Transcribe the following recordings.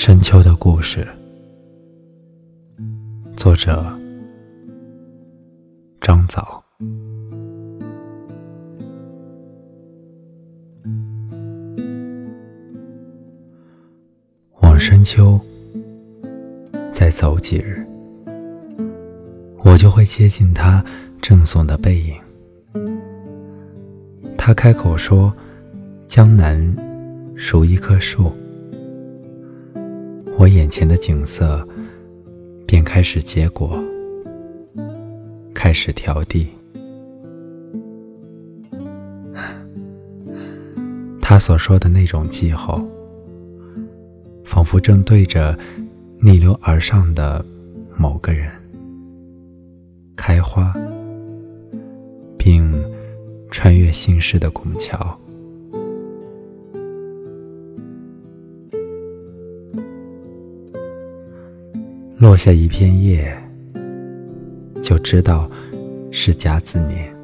深秋的故事，作者张枣。往深秋再走几日，我就会接近他正耸的背影。他开口说，江南如一棵树，我眼前的景色便开始结果，开始调地。他所说的那种气候，仿佛正对着逆流而上的某个人开花，并穿越心事的拱桥。落下一片叶，就知道是甲子年。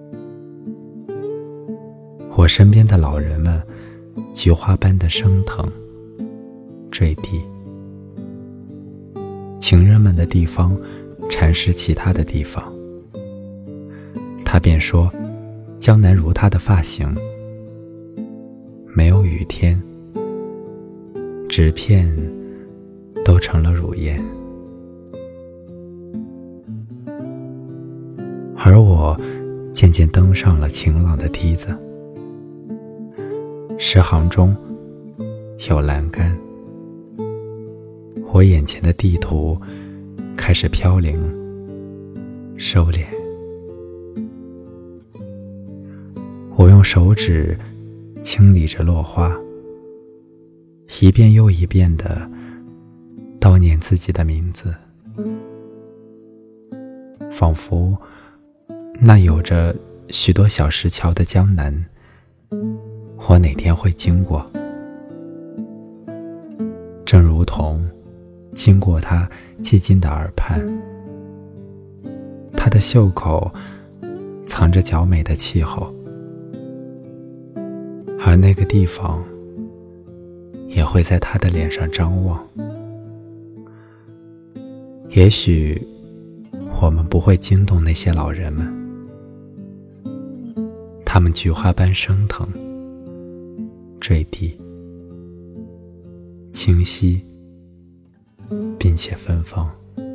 我身边的老人们菊花般的升腾坠地，情人们的地方蚕食其他的地方。他便说，江南如他的发型，没有雨天，纸片都成了乳燕。而我渐渐登上了晴朗的梯子，诗行中有栏杆，我眼前的地图开始飘零收敛。我用手指清理着落花，一遍又一遍地悼念自己的名字，仿佛那有着许多小石桥的江南，我哪天会经过，正如同经过他寂静的耳畔，他的袖口藏着较美的气候，而那个地方也会在他的脸上张望。也许我们不会惊动那些老人们，他们菊花般升腾坠地，清晰并且芬芳。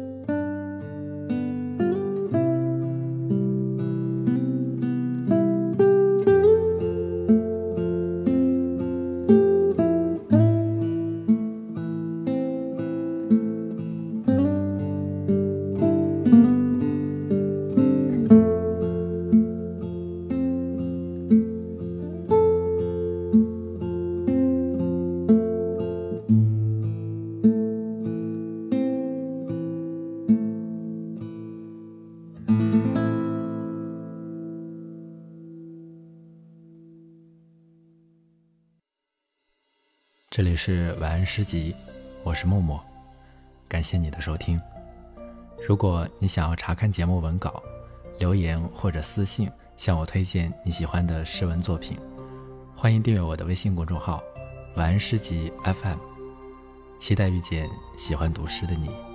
这里是晚安诗集，我是默默，感谢你的收听。如果你想要查看节目文稿，留言或者私信向我推荐你喜欢的诗文作品，欢迎订阅我的微信公众号晚安诗集 FM， 期待遇见喜欢读诗的你。